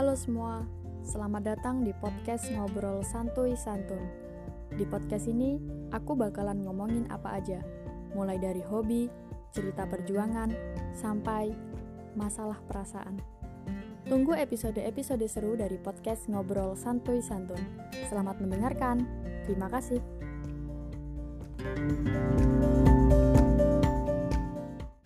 Halo semua, selamat datang di podcast Ngobrol Santuy Santun. Di podcast ini, aku bakalan ngomongin apa aja, mulai dari hobi, cerita perjuangan, sampai masalah perasaan. Tunggu episode-episode seru dari podcast Ngobrol Santuy Santun. Selamat mendengarkan, terima kasih.